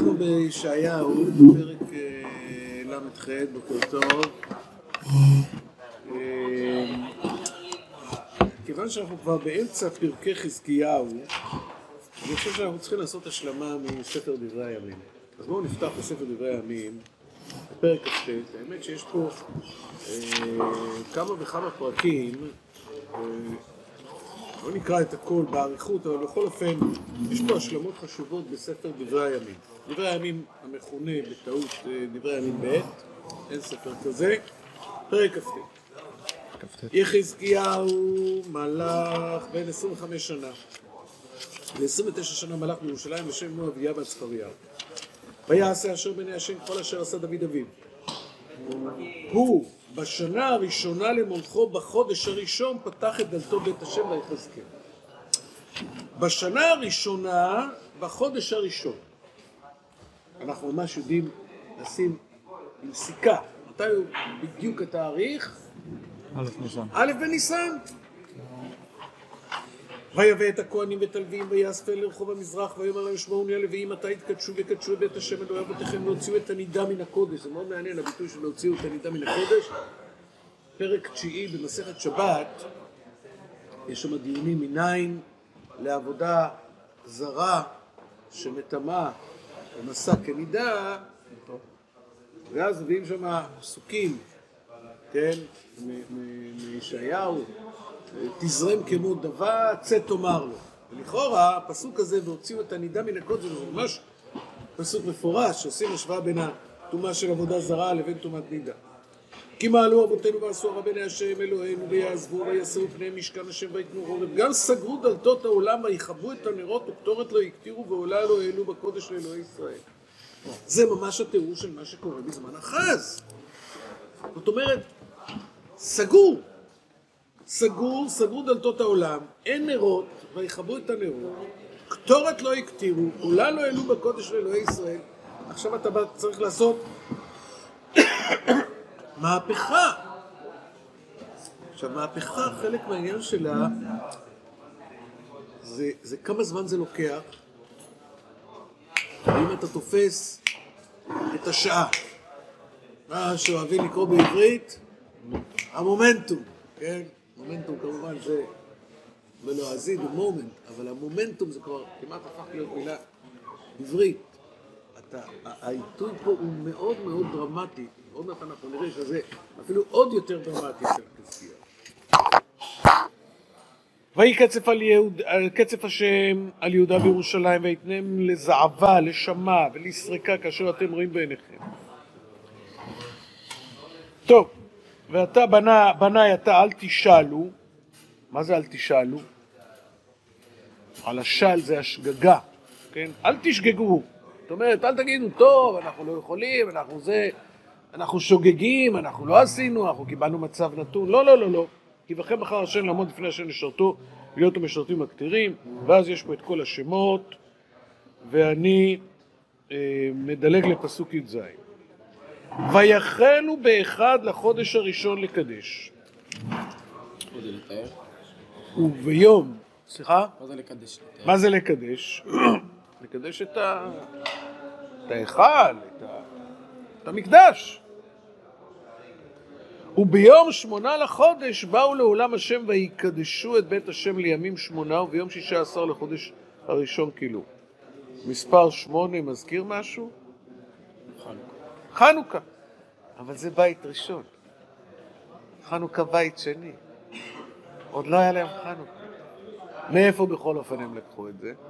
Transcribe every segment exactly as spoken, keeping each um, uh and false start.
אנחנו בישעיהו, בפרק למ"ח, בוקר טוב. כיוון שאנחנו כבר באמצע פרקי חזקיהו, אני חושב שאנחנו צריכים לעשות השלמה מספר דברי הימים. אז בואו נפתח בספר דברי הימים, בפרק כ"ט. האמת שיש פה כמה וכמה פרקים, לא נקרא את הכל בעריכות, אבל בכל אופן יש פה השלמות חשובות בספר דברי הימים. דברי הימים המכונה בטעות דברי הימים ב', אין ספר כזה, פרק כ"ט. יחזקיהו מלך בן עשרים וחמש שנה, ל-עשרים ותשע שנה מלך בירושלים בשם אמו אביה בת זכריה. ויעשה אשר בני השם כל אשר עשה דוד אביו. הוא בשנה הראשונה למולכו בחודש הראשון פתח את דלתו בית השם ויחזקאל. בשנה הראשונה בחודש הראשון. אנחנו ממש יודעים לשים עם סיכה. מתי הוא בדיוק התאריך? א' ניסן. א' בניסן. ויבא את הכהנים ואת הלוויים ויאספם לרחוב המזרח ויאמר להם שמעוני הלוויים מתי יתקדשו ויקדשו את בית השם אלוהי אבותיכם והוציאו את הנידה מן הקודש. זה מאוד מעניין הביטוי של להוציאו את הנידה מן הקודש. פרק תשיעי במסכת שבת, יש שם דיונים מניין לעבודה זרה שמטמאה ומסע כנידה, ואז מביאים שם פסוקים, כן, מישעיהו, תזרם כמו דבה, צא תאמר לו. ולכאורה, הפסוק הזה, והוציאו את הנידה מן הקודש, זה ממש פסוק מפורש, שעושים השוואה בין הטומאה של עבודה זרה לבין טומאת נידה. כי מעלו אבותינו ועשו רבני השם אלוהינו ויעזבו ויסרו פני משכן השם ויתנו חורב. גם סגרו דלתות העולם ויכבו את הנרות וקטורת לא יקטירו ועולה לא העלו בקודש לאלוהי ישראל. זה ממש התיאור של מה שקורה בזמן החז. זאת אומרת, סגור. סגור, סגרו דלתות העולם, אין נרות ויכבו את הנרות, קטורת לא יקטירו, עולה לא העלו בקודש לאלוהי ישראל. עכשיו אתה צריך לעשות מהפכה. עכשיו, מהפכה, חלק מהעניין שלה, זה, זה כמה זמן זה לוקח, אם אתה תופס את השעה, מה שאוהבים לקרוא בעברית, המומנטום, כן? מומנטום כמובן זה בלועזי, זה מומנט, אבל המומנטום זה כבר כמעט הפך להיות מילה עברית. אתה, העיתוי פה הוא מאוד מאוד דרמטי. עוד מעט אנחנו נראה שזה אפילו עוד יותר דרמטי של חזקיהו. ויהי קצף על יהוד, קצף השם על יהודה בירושלים ויתנם לזעבה, לשמה ולסריקה כאשר אתם רואים בעיניכם. טוב, ואתה בנה, בני אתה אל תשאלו. מה זה אל תשאלו? על השאל זה השגגה, כן? אל תשגגו. זאת אומרת, אל תגידו, טוב, אנחנו לא יכולים, אנחנו זה, אנחנו שוגגים, אנחנו לא עשינו, אנחנו קיבלנו מצב נתון. לא, לא, לא, לא. כי בכם בחר השם לעמוד לפני השם לשרתו, להיות המשרתים הכתירים, ואז יש פה את כל השמות, ואני אה, מדלג לפסוק י"ז. ויחלו באחד לחודש הראשון לקדש. מה זה לתאר? וביום, סליחה? מה זה לקדש? מה זה לקדש? לקדש את ה... את ההיכל, את, ה... את המקדש. וביום שמונה לחודש באו לעולם השם ויקדשו את בית השם לימים שמונה, וביום שישה עשר לחודש הראשון כילו. מספר שמונה מזכיר משהו? חנוכה. חנוכה. אבל זה בית ראשון. חנוכה בית שני. עוד לא היה להם חנוכה. מאיפה בכל אופן הם לקחו את זה?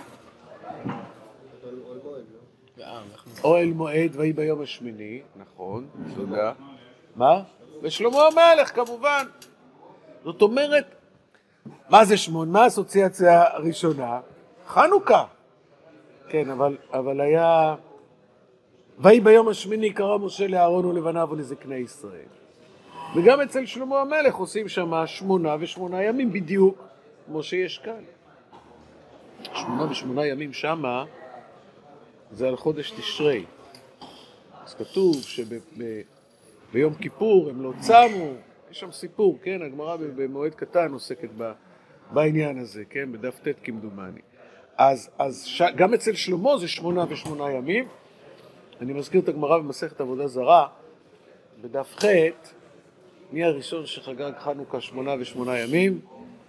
אוהל מועד ויהי ביום השמיני, נכון, תודה. מה? ושלמה המלך כמובן. זאת אומרת, מה זה שמונה? מה האסוציאציה הראשונה? חנוכה. כן, אבל, אבל היה... ויהי ביום השמיני קרא משה לאהרון ולבניו ולזקני ישראל. וגם אצל שלמה המלך עושים שם שמונה ושמונה ימים בדיוק כמו שיש כאן. שמונה ושמונה ימים שמה זה על חודש תשרי. אז כתוב שביום כיפור הם לא צמו, יש שם סיפור, כן? הגמרא במועד קטן עוסקת בעניין הזה, כן? בדף ט' כמדומני. אז, אז ש... גם אצל שלמה זה שמונה ושמונה ימים. אני מזכיר את הגמרא במסכת עבודה זרה, בדף ח', מי הראשון שחגג חנוכה שמונה ושמונה ימים?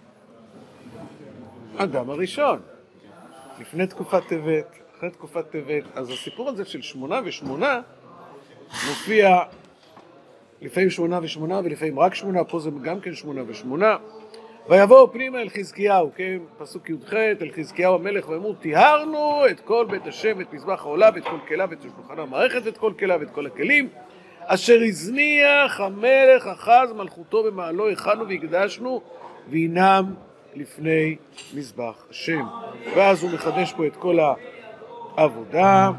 אדם הראשון, לפני תקופת טבת, אחרי תקופת טבת. אז הסיפור הזה של שמונה ושמונה מופיע לפעמים שמונה ושמונה ולפעמים רק שמונה, פה זה גם כן שמונה ושמונה. ויבואו פנימה אל חזקיהו, כן, פסוק י"ח, אל חזקיהו המלך, ואמרו, טיהרנו את כל בית השם, את מזבח העולה, ואת כל כליו, ואת שולחן המערכת, ואת כל כליו, ואת כל הכלים, אשר הזניח המלך אחז מלכותו במעלו, הכנו והקדשנו, וינם לפני מזבח השם. ואז הוא מחדש פה את כל העבודה.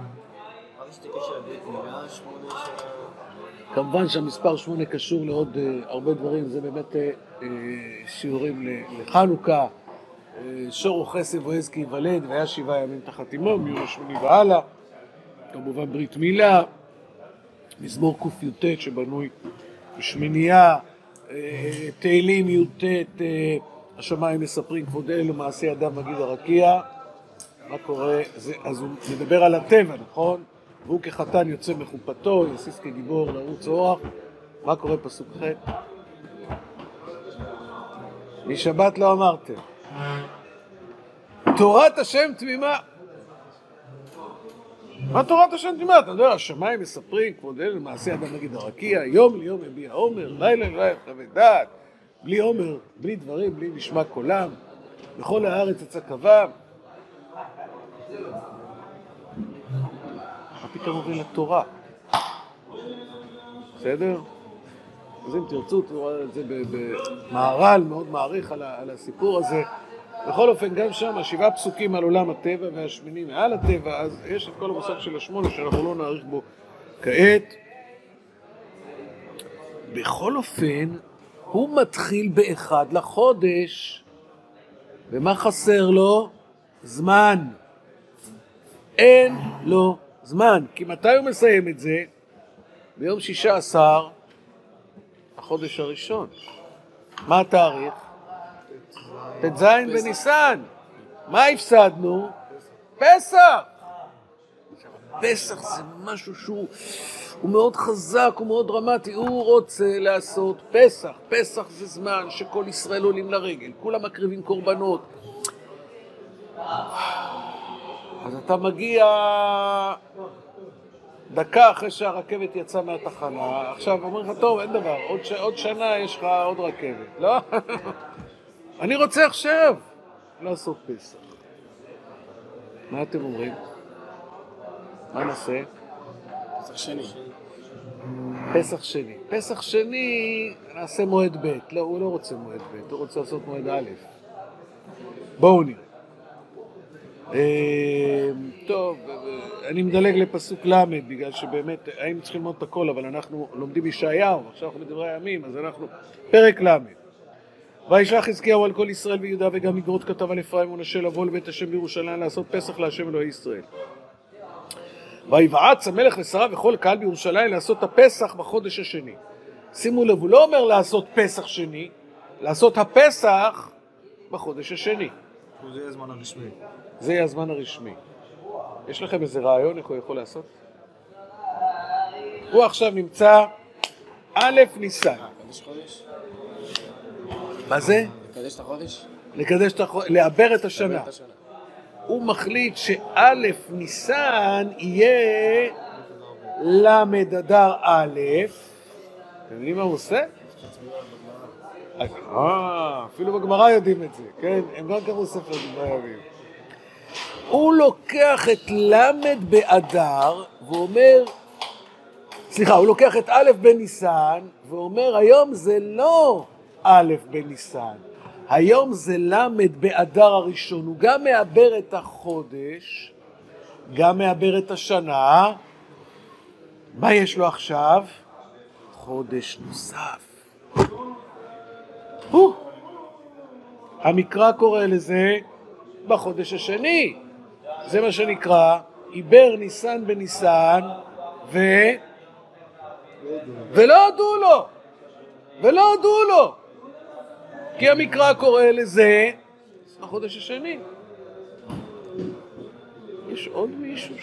כמובן שהמספר שמונה קשור לעוד uh, הרבה דברים, זה באמת uh, שיעורים לחנוכה, uh, שורו חסד ועז כי ייוולד, והיה שבעה ימים תחת אמו, מיום השמיני והלאה, כמובן ברית מילה, מזמור ק"ט שבנוי בשמינייה, uh, תהילים י"ט, uh, השמיים מספרים כבוד אלו, מעשי ידיו מגיד הרקיע. מה קורה? זה, אז הוא מדבר על הטבע, נכון? והוא כחתן יוצא מחופתו, יסיס כגיבור לרוץ אורח. מה קורה פסוק ח'? משבת לא אמרתם. תורת השם תמימה. מה תורת השם תמימה? אתה יודע, השמיים מספרים כבוד אלו, מעשי ידיו מגיד הרקיע, יום ליום יביע עומר, לילה לילה חווה דעת, בלי עומר, בלי דברים, בלי נשמע קולם, בכל הארץ יצא קבם. מה פתאום עוברים לתורה? בסדר? אז אם תרצו, תראו את זה במהר"ל, מאוד מעריך על, על הסיפור הזה. בכל אופן, גם שם, שבעה פסוקים על עולם הטבע והשמיני מעל הטבע, אז יש את כל המושג של השמונה שאנחנו לא נעריך בו כעת. בכל אופן, הוא מתחיל באחד לחודש, ומה חסר לו? זמן. אין לו זמן. כי מתי הוא מסיים את זה? ביום שישה עשר, החודש הראשון. מה התאריך? ת' בניסן. מה הפסדנו? פסח. פסח זה משהו שהוא הוא מאוד חזק, הוא מאוד דרמטי. הוא רוצה לעשות פסח. פסח זה זמן שכל ישראל עולים לרגל, כולם מקריבים קורבנות. אז אתה מגיע דקה אחרי שהרכבת יצאה מהתחנה, עכשיו אומר לך, טוב, אין דבר, עוד, ש... עוד שנה יש לך עוד רכבת. לא? אני רוצה עכשיו לעשות פסח. מה אתם אומרים? מה נעשה? פסח שני. פסח שני. פסח שני נעשה מועד ב'. לא, הוא לא רוצה מועד ב', הוא רוצה לעשות מועד א'. בואו נראה. טוב, אני מדלג לפסוק למד, בגלל שבאמת היינו צריכים ללמוד את הכל, אבל אנחנו לומדים ישעיהו, עכשיו אנחנו בדברי הימים, אז אנחנו פרק למד. וישלח חזקיהו על כל ישראל ויהודה, וגם מגרות כתב על אפרים ומנשה לבוא לבית השם בירושלים לעשות פסח להשם אלוהי ישראל. ויבעץ המלך לשריו וכל קהל בירושלים לעשות את הפסח בחודש השני. שימו לב, הוא לא אומר לעשות פסח שני, לעשות הפסח בחודש השני. זה יהיה הזמן הרשמי. זה יהיה הזמן הרשמי. יש לכם איזה רעיון איך הוא יכול לעשות? הוא עכשיו נמצא א' ניסן. אה, לקדש חודש? מה זה? לקדש את החודש? לקדש את החודש, לעבר את השנה. הוא מחליט שא' ניסן יהיה למד אדר א'. אתם יודעים מה הוא עושה? אה, אפילו בגמרא יודעים את זה, כן? הם גם קראו ספר דברי הימים. הוא לוקח את למד באדר ואומר, סליחה, הוא לוקח את א' בניסן ואומר, היום זה לא א' בניסן, היום זה למד באדר הראשון. הוא גם מעבר את החודש, גם מעבר את השנה. מה יש לו עכשיו? חודש נוסף. הוא. המקרא קורא לזה בחודש השני. זה מה שנקרא, עיבר ניסן בניסן, ו... ולא הודו לו. ולא הודו לו. כי המקרא קורא לזה בחודש השני. יש עוד מישהו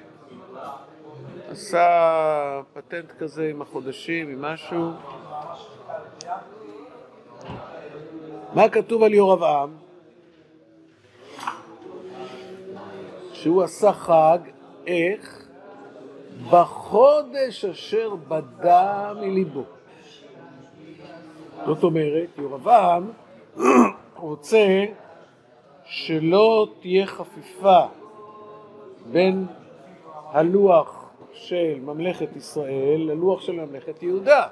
שעשה פטנט כזה עם החודשים, עם משהו? מה כתוב על ירבעם? שהוא עשה חג, איך? בחודש אשר בדה מליבו. זאת אומרת, ירבעם רוצה שלא תהיה חפיפה בין הלוח של ממלכת ישראל ללוח של ממלכת יהודה.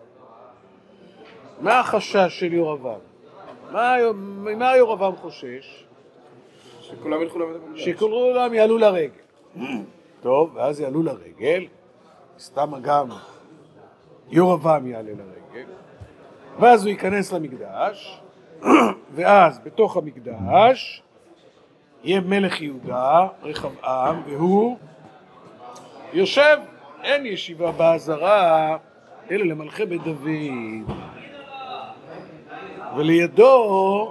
מה החשש של ירבעם? מה, מה ירבעם חושש? שכולם ילכו לבית המקדש. שכולם יעלו לרגל. טוב, ואז יעלו לרגל, סתם גם ירבעם יעלה לרגל, ואז הוא ייכנס למקדש, ואז בתוך המקדש יהיה מלך יהודה, רחבעם, והוא יושב, אין ישיבה בעזרה, אלא למלכי בית דוד. ולידו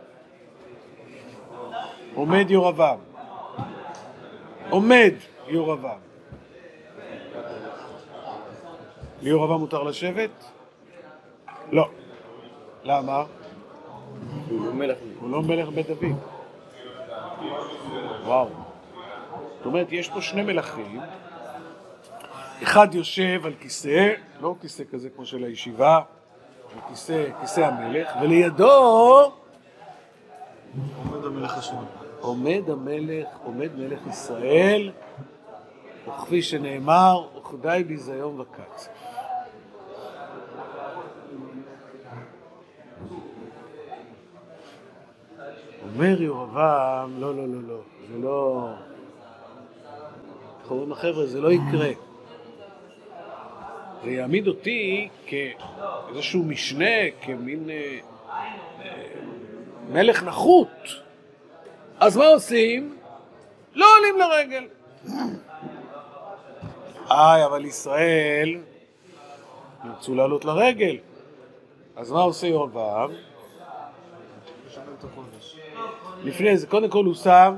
עומד ירבעם. עומד ירבעם. לירבעם מותר לשבת? לא. למה? הוא לא מלך. הוא לא מלך בית דוד. וואו. זאת אומרת, יש פה שני מלכים. אחד יושב על כיסא, לא כיסא כזה כמו של הישיבה, על כיסא, כיסא המלך, ולידו עומד המלך השני. עומד המלך, עומד מלך ישראל, וכפי שנאמר, וכדי ביזיון וקצף. אומר ירבעם, לא, לא, לא, לא, זה לא... חברים החבר'ה, זה לא יקרה. זה יעמיד אותי כאיזשהו משנה, כמין אה, אה, מלך נחות. אז מה עושים? לא עולים לרגל. איי, אבל ישראל נרצו לעלות לרגל. אז מה עושה ירבעם? לפני זה, קודם כל הוא שם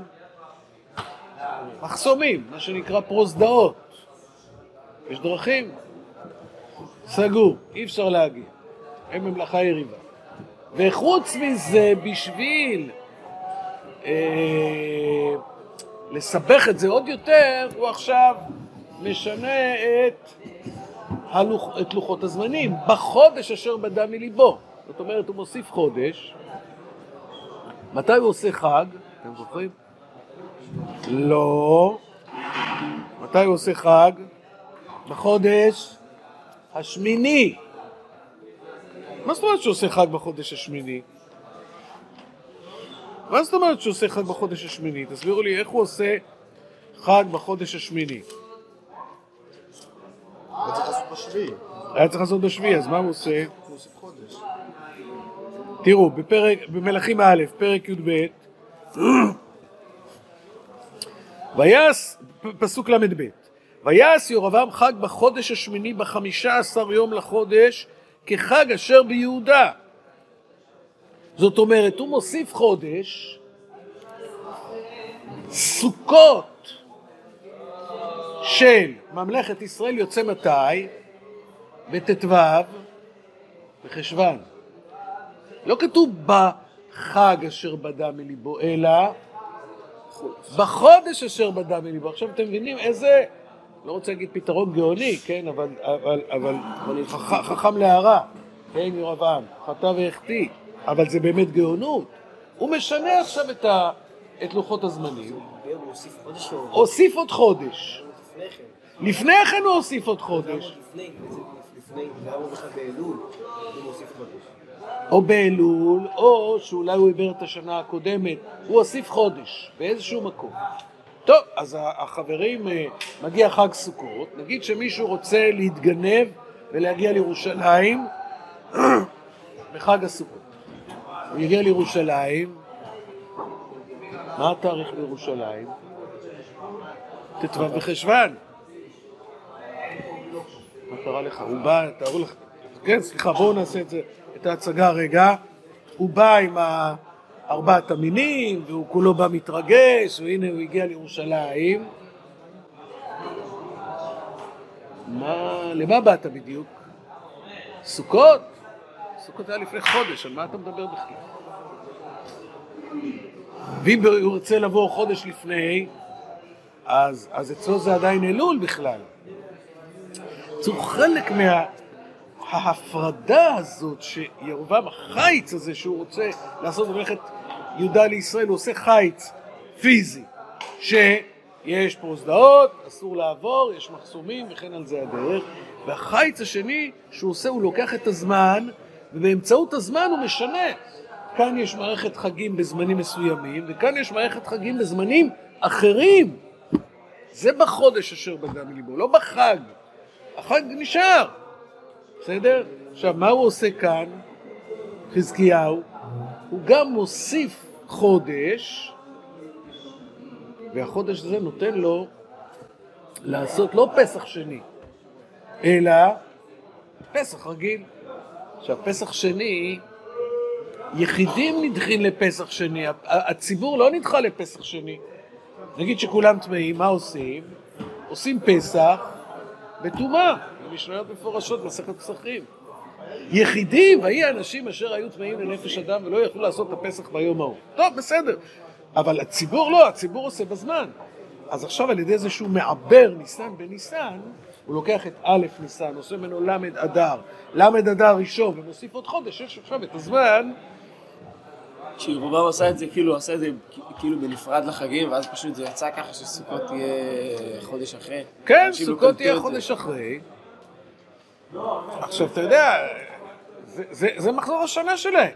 מחסומים, מה שנקרא פרוזדאות. יש דרכים. סגור, אי אפשר להגיע. הם ממלכה יריבה. וחוץ מזה, בשביל אה, לסבך את זה עוד יותר, הוא עכשיו משנה את, הלוח, את לוחות הזמנים, בחודש אשר בדה מליבו. זאת אומרת, הוא מוסיף חודש. מתי הוא עושה חג? אתם זוכרים? לא. מתי הוא עושה חג? בחודש השמיני. מה זאת אומרת שהוא עושה חג בחודש השמיני? מה זאת אומרת שהוא עושה חג בחודש השמיני? תסבירו לי איך הוא עושה חג בחודש השמיני. היה צריך לעשות בשביעי. היה צריך לעשות בשביעי, אז מה הוא עושה? הוא עושה חודש. תראו, בפרק, במלכים א', פרק י"ב, ויעש, פסוק למד ב', ויעש ירבעם חג בחודש השמיני בחמישה עשר יום לחודש, כחג אשר ביהודה. זאת אומרת, הוא מוסיף חודש, סוכות של ממלכת ישראל יוצא מתי? בט"ו בחשוון. לא כתוב בחג אשר בדה מליבו, אלא בחודש אשר בדה מליבו. עכשיו אתם מבינים איזה, לא רוצה להגיד פתרון גאוני, כן, אבל, אבל, אבל, אבל חכ, חכם להערה, כן, ירבעם, חטא והחטיא, אבל זה באמת גאונות. הוא משנה עכשיו את, ה, את לוחות הזמנים, הוסיף עוד חודש. לפני כן הוא הוסיף עוד חודש. לפני, לפני, למה הוא בכלל באלול, הוא מוסיף חודש. או באלול, או שאולי הוא עיבר את השנה הקודמת, הוא הוסיף חודש באיזשהו מקום. טוב, אז החברים, מגיע חג סוכות, נגיד שמישהו רוצה להתגנב ולהגיע לירושלים בחג הסוכות. הוא יגיע לירושלים, מה התאריך בירושלים? ט"ו בחשוון. מה קרה לך? הוא בא, תארו לך, כן, סליחה, בואו נעשה את זה. את ההצגה רגע, הוא בא עם ארבעת המינים, והוא כולו בא מתרגש, והנה הוא הגיע לירושלים. מה, למה באת בדיוק? סוכות? סוכות היה לפני חודש, על מה אתה מדבר בכלל? ואם הוא רוצה לבוא חודש לפני, אז, אז אצלו זה עדיין אלול בכלל. זו חלק מההפרדה הזאת שירובעם, החיץ הזה שהוא רוצה לעשות במלאכת יהודה לישראל, הוא עושה חיץ פיזי, שיש פרוזדאות, אסור לעבור, יש מחסומים וכן על זה הדרך. והחיץ השני שהוא עושה, הוא לוקח את הזמן, ובאמצעות הזמן הוא משנה. כאן יש מערכת חגים בזמנים מסוימים, וכאן יש מערכת חגים בזמנים אחרים. זה בחודש אשר בדה מליבו, לא בחג. החג נשאר. בסדר? עכשיו, מה הוא עושה כאן? חזקיהו, הוא גם מוסיף חודש, והחודש הזה נותן לו לעשות לא פסח שני, אלא פסח רגיל. עכשיו, פסח שני, יחידים נדחים לפסח שני, הציבור לא נדחה לפסח שני. נגיד שכולם טמאים, מה עושים? עושים פסח בטומאה, במשניות מפורשות, מסכת פסחים. יחידים, והיא האנשים אשר היו טמאים לנפש אדם ולא יכלו לעשות את הפסח ביום ההוא. טוב, בסדר. אבל הציבור לא, הציבור עושה בזמן. אז עכשיו על ידי זה שהוא מעבר ניסן בניסן, הוא לוקח את א' ניסן, עושה ממנו למד אדר, למד אדר ראשון, ומוסיף עוד חודש, יש עכשיו את הזמן. שירובעם עשה את זה, כאילו, עשה את זה כאילו בנפרד לחגים, ואז פשוט זה יצא ככה שסוכות תהיה חודש אחרי. כן, סוכות תהיה חודש אחרי. עכשיו, אתה יודע, זה, זה, זה מחזור השנה שלהם.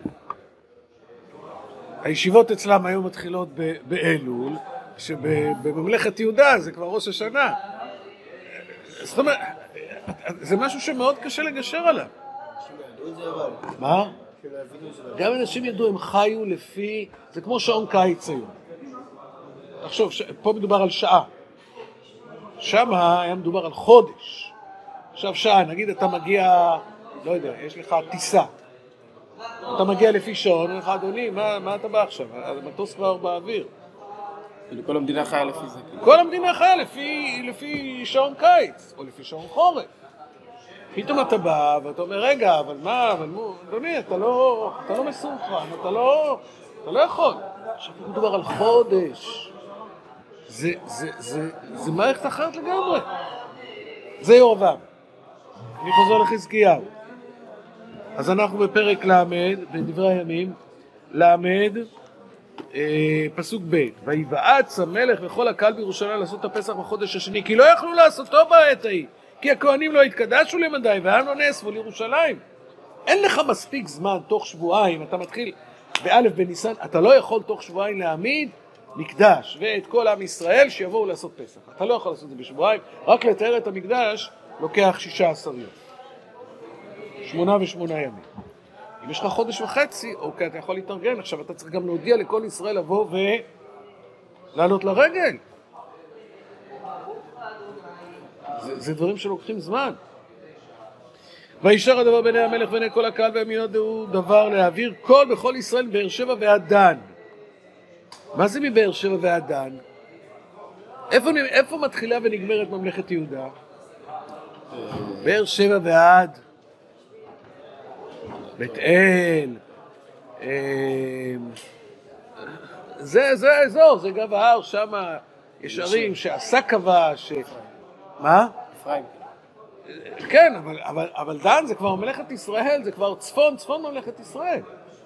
הישיבות אצלם היו מתחילות ב- באלול, שבממלכת יהודה זה כבר ראש השנה. זאת אומרת, זה משהו שמאוד קשה לגשר עליו. מה? גם אנשים ידעו, הם חיו לפי, זה כמו שעון קיץ היום. תחשוב, פה מדובר על שעה. שם היה מדובר על חודש. עכשיו שעה, נגיד אתה מגיע, לא יודע, יש לך טיסה. אתה מגיע לפי שעון, אומר לך, אדוני, מה, מה אתה בא עכשיו? המטוס כבר באוויר. כל המדינה חיה לפי זה. כל המדינה חיה לפי, לפי שעון קיץ, או לפי שעון חורף. פתאום אתה בא ואתה אומר, רגע, אבל מה, אבל מו, אדוני, אתה לא, אתה לא מסונכרן, אתה לא, אתה לא יכול. עכשיו מדובר על חודש. זה, זה, זה, זה מערכת אחרת לגמרי. זה ירבעם. אני חוזר לחזקיהו. אז אנחנו בפרק למד, בדברי הימים, למד, אה, פסוק ב' ויבעץ המלך וכל הקהל בירושלים לעשות את הפסח בחודש השני, כי לא יכלו לעשותו בעת ההיא, כי הכהנים לא התקדשו למדי, והעם לא נאספו לירושלים. אין לך מספיק זמן, תוך שבועיים, אתה מתחיל באלף בניסן, אתה לא יכול תוך שבועיים להעמיד מקדש, ואת כל עם ישראל שיבואו לעשות פסח. אתה לא יכול לעשות את זה בשבועיים, רק לתאר את המקדש לוקח שישה עשר יום. שמונה ושמונה ימים. אם יש לך חודש וחצי, אוקיי, אתה יכול להתארגן, עכשיו אתה צריך גם להודיע לכל ישראל לבוא ולעלות לרגל. זה, זה דברים שלוקחים זמן. וישר הדבר בני המלך ובני כל הקהל והם יודעו דבר להעביר כל בכל ישראל באר שבע ועד דן. מה זה מבאר שבע ועד דן? איפה, איפה מתחילה ונגמרת ממלכת יהודה? באר שבע ועד בית אל, זה, זה האזור, זה גב ההר, שם יש ערים שעשה קבע, ש... מה? אפרים. כן, אבל, אבל, אבל דן זה כבר ממלכת ישראל, זה כבר צפון, צפון ממלכת ישראל.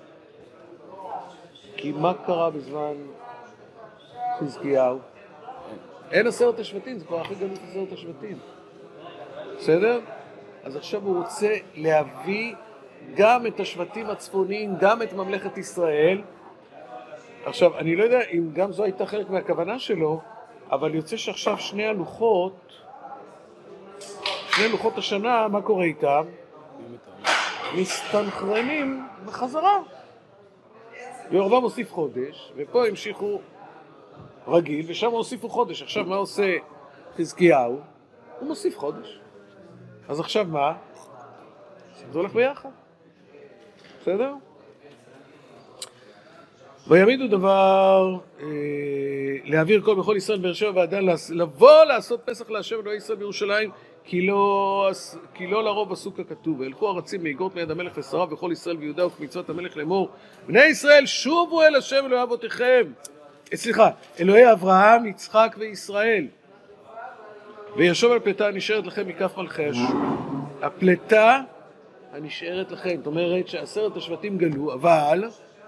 כי מה קרה בזמן חזקיהו? אין עשרת השבטים, זה כבר הכי גדול עשרת השבטים. בסדר? אז עכשיו הוא רוצה להביא גם את השבטים הצפוניים, גם את ממלכת ישראל. עכשיו, אני לא יודע אם גם זו הייתה חלק מהכוונה שלו, אבל יוצא שעכשיו שני הלוחות, שני לוחות השנה, מה קורה איתם? מסתנכרנים בחזרה. ירבעם מוסיף חודש, ופה המשיכו רגיל, ושם הוסיפו חודש. עכשיו מה עושה חזקיהו? הוא מוסיף חודש. אז עכשיו מה? זה הולך ביחד. בסדר? ויעמידו דבר אה, להעביר כל בכל ישראל באר שבע ועדן לבוא לעשות פסח להשם אלוהי ישראל בירושלים כי לא, כי לא לרוב עסוק הכתוב והלכו ארצים מאיגרות מיד המלך ושריו וכל ישראל ויהודה וכמצוות המלך לאמור בני ישראל שובו אל השם אלוהי אבותיכם סליחה אלוהי אברהם יצחק וישראל וישוב על הפלטה הנשארת לכם מכף מלכי אשור. הפלטה הנשארת לכם, זאת אומרת שעשרת השבטים גלו, אבל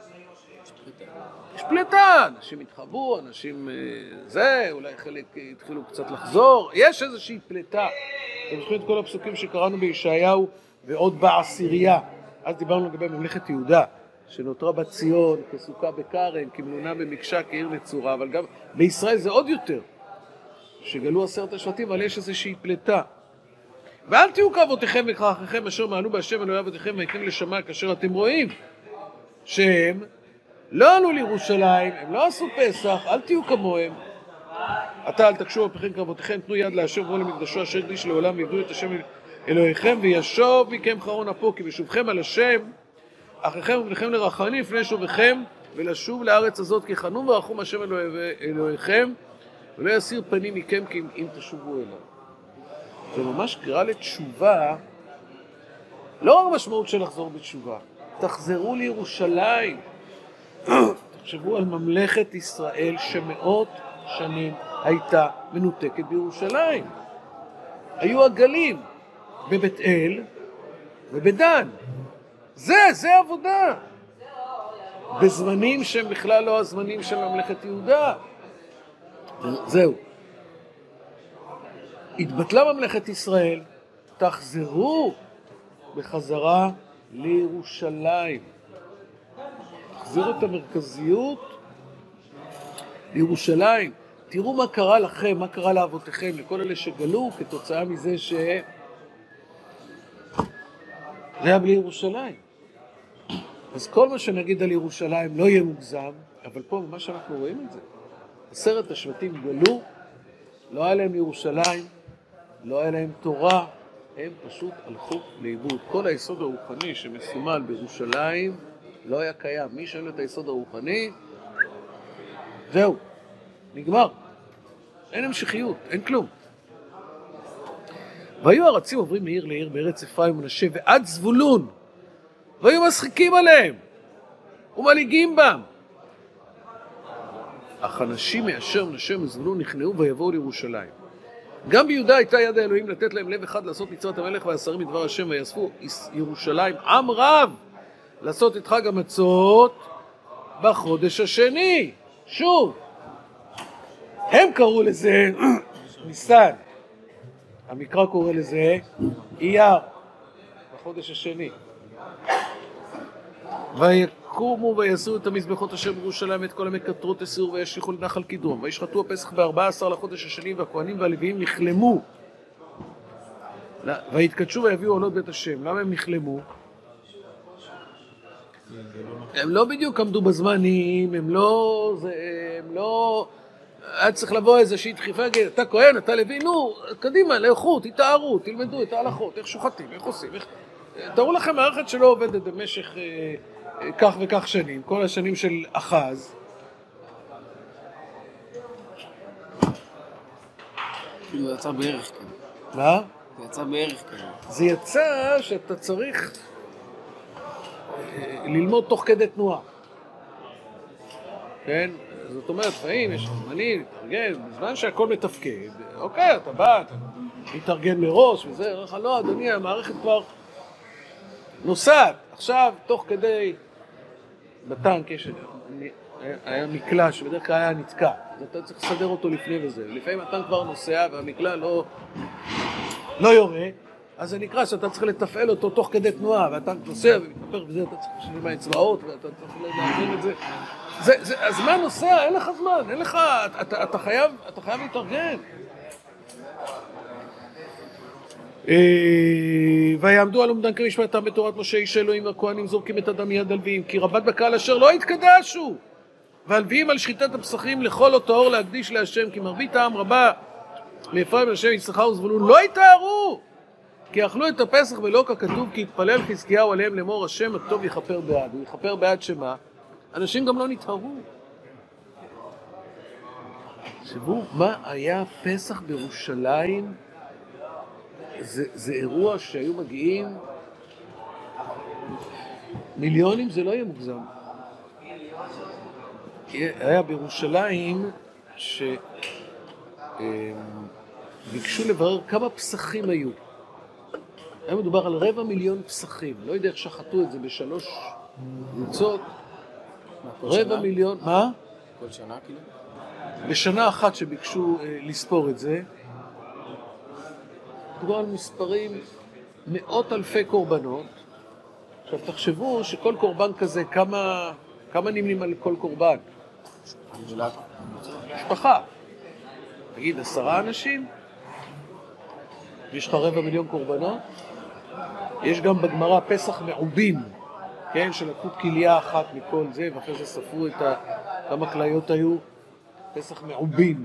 יש פלטה, אנשים התחבאו, אנשים זה, אולי חלק התחילו קצת לחזור, יש איזושהי פלטה. אתם זוכרים את כל הפסוקים שקראנו בישעיהו ועוד בעשירייה, אז דיברנו לגבי ממלכת יהודה, שנותרה בציון כסוכה בכרם, כמלונה במקשה, כעיר נצורה, אבל גם בישראל זה עוד יותר. שגלו עשרת השבטים, אבל יש איזושהי פלטה. ואל תהיו כאבותיכם וכאחיכם אשר מעלו בהשם אלוהי אבותיכם ויתנו לשמע כאשר אתם רואים שהם לא עלו לירושלים, הם לא עשו פסח, אל תהיו כמוהם. עתה אל תקשו אפיכם כאבותיכם, תנו יד להשם ובואו למקדשו אשר הקדיש לעולם ועבדו את השם אלוהיכם וישוב מכם חרון אפו כי בשובכם על השם אחיכם ובניכם לרחמים לפני שובכם ולשוב לארץ הזאת כי חנון ורחום השם אלוהיכם ולא יסיר פנים מכם כי אם תשובו אליו. זה ממש קרא לתשובה, לא רק משמעות של לחזור בתשובה, תחזרו לירושלים. תחשבו על ממלכת ישראל שמאות שנים הייתה מנותקת בירושלים. היו הגלים בבית אל ובדן. זה, זה עבודה. בזמנים שהם בכלל לא הזמנים של ממלכת יהודה. זהו. התבטלה ממלכת ישראל, תחזרו בחזרה לירושלים. תחזירו את המרכזיות לירושלים. תראו מה קרה לכם, מה קרה לאבותיכם, לכל אלה שגלו כתוצאה מזה ש... זה היה בלי ירושלים. אז כל מה שנגיד על ירושלים לא יהיה מוגזם, אבל פה ממש אנחנו רואים את זה. עשרת השבטים גלו, לא היה להם ירושלים, לא היה להם תורה, הם פשוט הלכו לאיבוד. כל היסוד הרוחני שמסומל בירושלים לא היה קיים. מי שאין לו את היסוד הרוחני, זהו, נגמר. אין המשכיות, אין כלום. והיו הרצים עוברים מעיר לעיר בארץ אפרים ומנשה ועד זבולון, והיו משחיקים עליהם ומליגים בם. אך אנשים מאשר מנשה ומזבולון נכנעו ויבואו לירושלים. גם ביהודה הייתה יד האלוהים לתת להם לב אחד לעשות מצוות המלך והשרים מדבר השם ויאספו ירושלים עם רב לעשות את חג המצות בחודש השני. שוב, הם קראו לזה ניסן, המקרא קורא לזה אייר בחודש השני. ויקומו ויעשו את המזבחות אשר בירושלים את כל המקטרות הסירו וישליכו לנחל קדרון וישחטו הפסח ב-ארבעה עשר לחודש השני והכהנים והלוויים נכלמו והתקדשו ויביאו עולות בית השם. למה הם נכלמו? הם לא בדיוק עמדו בזמנים, הם לא, זה, הם לא, היה צריך לבוא איזושהי דחיפה, אתה כהן, אתה לוי, נו, קדימה, לאכו, תתארו, תלמדו את ההלכות, איך שוחטים, איך עושים, איך... תראו לכם מערכת שלא עובדת במשך אה, אה, כך וכך שנים, כל השנים של אחז. זה יצא בערך כאן. מה? זה יצא בערך כאן. זה יצא שאתה צריך אה, ללמוד תוך כדי תנועה. כן? זאת אומרת, פעמים יש זמני, להתארגן, בזמן שהכל מתפקד, אוקיי, אתה בא, אתה מתארגן מראש וזה, לך, לא, אדוני, המערכת כבר נוסעת. עכשיו, תוך כדי, בטנק יש, היה מקלע שבדרך כלל היה נתקע, אז אתה צריך לסדר אותו לפני וזה, לפעמים הטנק כבר נוסע והמקלע לא, לא יורה, אז זה נקרא שאתה צריך לתפעל אותו תוך כדי תנועה, והטנק נוסע ומתנפר וזה, אתה צריך לשלם מהאצבעות ואתה צריך להבין את זה. זה, זה, הזמן נוסע, אין לך זמן, אין לך, אתה, אתה חייב, אתה חייב להתארגן. ויעמדו על עומדן כמשפטם בתורת משה איש אלוהים והכהנים זורקים את הדם מיד הלוויים כי רבת בקהל אשר לא התקדשו והלוויים על שחיטת הפסחים לכל אותו אור להקדיש להשם כי מרבית העם רבה מאפרים מנשה יששכר וזבולון לא יתארו כי אכלו את הפסח ולא ככתוב כי התפלל חזקיהו עליהם לאמור השם הטוב יכפר בעד. הוא יכפר בעד שמה? אנשים גם לא נטהרו. תחשבו, מה היה פסח בירושלים? זה, זה אירוע שהיו מגיעים מיליונים, זה לא יהיה מוגזם. היה בירושלים שביקשו לברר כמה פסחים היו. היה מדובר על רבע מיליון פסחים. לא יודע איך שחטו את זה בשלוש קבוצות. רבע מיליון, מה? כל שנה כאילו? בשנה אחת שביקשו אה, לספור את זה, מדובר על מספרים מאות אלפי קורבנות. עכשיו תחשבו שכל קורבן כזה, כמה, כמה נמנים על כל קורבן? משפחה. תגיד, עשרה אנשים? יש לך רבע מיליון קורבנות? יש גם בגמרא פסח מעובים, כן, שלקחו כליה אחת מכל זה, ואחרי זה ספרו את ה... כמה כליות היו, פסח מעובים.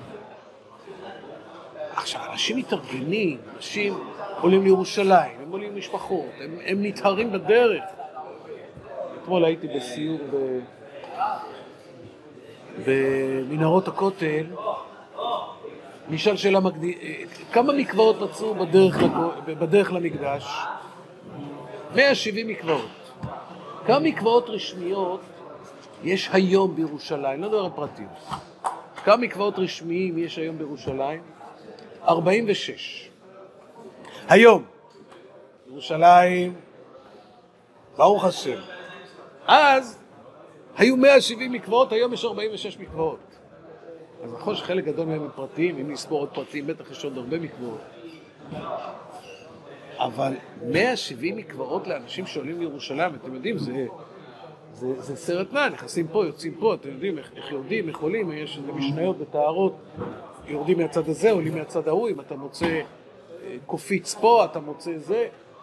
עכשיו, אנשים מתארגנים, אנשים עולים לירושלים, הם עולים משפחות, הם, הם נטהרים בדרך. אתמול הייתי בסיור ב... במנהרות הכותל, נשאל שאלה מקדימה, כמה מקוואות מצאו בדרך, בדרך למקדש? מאה ושבעים מקוואות. כמה מקוואות רשמיות יש היום בירושלים? לא דבר פרטים. כמה מקוואות רשמיים יש היום בירושלים? ארבעים ושש. היום, בירושלים, ברוך השם. אז היו מאה ושבעים מקוואות, היום יש ארבעים ושש מקוואות. אז נכון שחלק גדול מהם הם פרטיים, אם נספור עוד פרטיים, בטח יש עוד הרבה מקוואות. אבל מאה ושבעים מקוואות לאנשים שעולים לירושלים, אתם יודעים, זה, זה, זה סרט מה, נכנסים פה, יוצאים פה, אתם יודעים איך, איך יורדים, איך עולים, יש איזה משניות וטהרות, יורדים מהצד הזה, עולים מהצד ההוא, אם אתה מוצא קופיץ פה, אתה מוצא זה.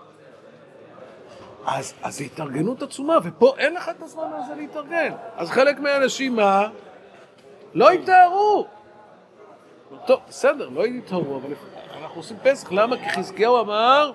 אז, אז זה התארגנות עצומה, ופה אין לך את הזמן הזה להתארגן. אז חלק מהאנשים, מה? לא יתארו. טוב, בסדר, לא יתארו, אבל אנחנו עושים פסח. למה? כי חזקיהו אמר,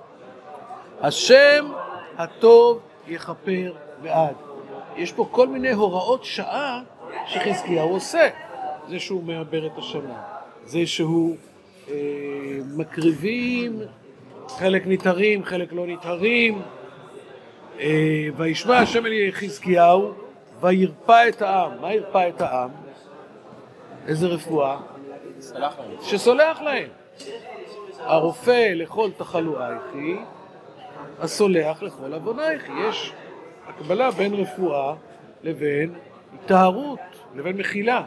השם הטוב יכפר בעד. יש פה כל מיני הוראות שעה שחזקיהו עושה. זה שהוא מעבר את השנה, זה שהוא אה, מקריבים, חלק נתהרים, חלק לא נתהרים. אה, וישמע השם אל חזקיהו וירפא את העם. מה ירפא את העם? איזה רפואה? סלח להם. שסולח להם. הרופא לכל תחלואייכי, הסולח לכל עוונייכי. יש הקבלה בין רפואה לבין טהרות, לבין מחילה.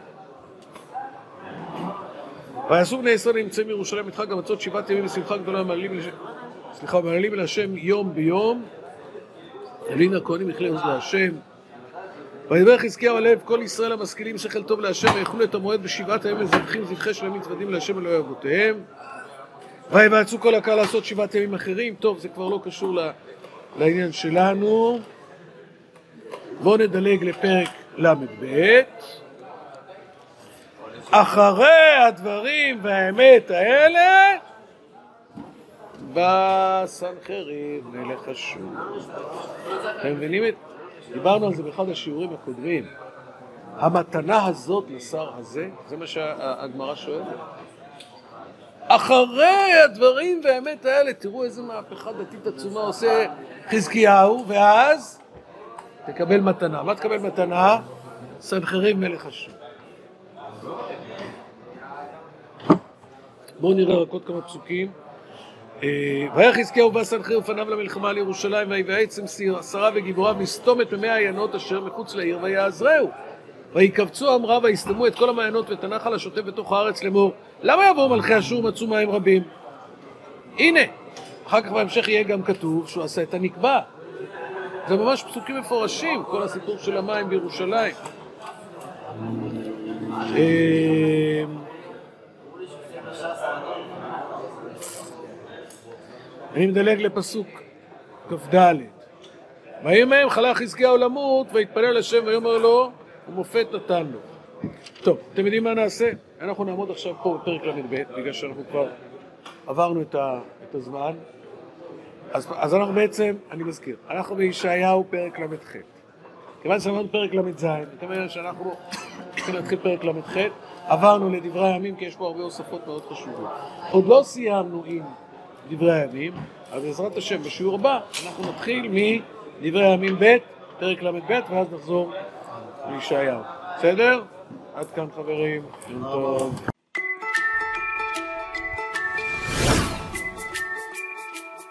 ויעשו בני ישראל נמצאים בירושלים את חג המצות שבעת ימים ושמחה גדולה מעלים סליחה, מעלים אל השם יום ביום. אלין הכהנים יכלי עוז להשם. וידבר חזקיהו על לב כל ישראל המשכילים שכל טוב להשם ויאכלו את המועד בשבעת הימים וזבחים זבחי שלמים מתוודים להשם אלוהי אבותיהם. ויבאצו כל הקהל לעשות שבעת ימים אחרים. טוב, זה כבר לא קשור לעניין שלנו. בואו נדלג לפרק למ"ב. אחרי הדברים והאמת האלה בא סנחריב מלך אשור. אתם מבינים את? דיברנו על זה באחד השיעורים הקודמים. המתנה הזאת לשר הזה, זה מה שהגמרא שואלת. אחרי הדברים והאמת האלה, תראו איזה מהפכה דתית עצומה עושה חזקיהו, ואז תקבל מתנה. מה תקבל מתנה? סנחריב מלך אשור. בואו נראה רק עוד כמה פסוקים. וירא חזקיהו ובא סנחריב ופניו למלחמה על ירושלים, ויבעצם שרה וגיבוריו לסתום את מי העיינות אשר מחוץ לעיר ויעזרהו. ויקבצו אמרה ויסתמו את כל המעיינות ואת הנחל השוטף בתוך הארץ לאמור, למה יבואו מלכי אשור מצאו מים רבים? הנה, אחר כך בהמשך יהיה גם כתוב שהוא עשה את הנקבע. זה ממש פסוקים מפורשים, כל הסיפור של המים בירושלים. אני מדלג לפסוק כ"ד. ויהי מהם חלה חזקיהו למות ויתפלל השם ויאמר לו ומופת נתן לו. טוב, אתם יודעים מה נעשה? אנחנו נעמוד עכשיו פה בפרק למ"ב, בגלל שאנחנו כבר עברנו את, ה, את הזמן. אז, אז אנחנו בעצם, אני מזכיר, אנחנו בישעיהו פרק למ"ח. כיוון שלמדנו פרק ל"ז, זאת אומרת שאנחנו צריכים להתחיל פרק ל"ח, עברנו לדברי הימים כי יש פה הרבה הוספות מאוד חשובות. עוד לא סיימנו עם דברי הימים, אז בעזרת השם בשיעור הבא אנחנו נתחיל מדברי הימים ב', פרק ל"ב, ואז נחזור לישעיהו. בסדר? עד כאן חברים, יום טוב.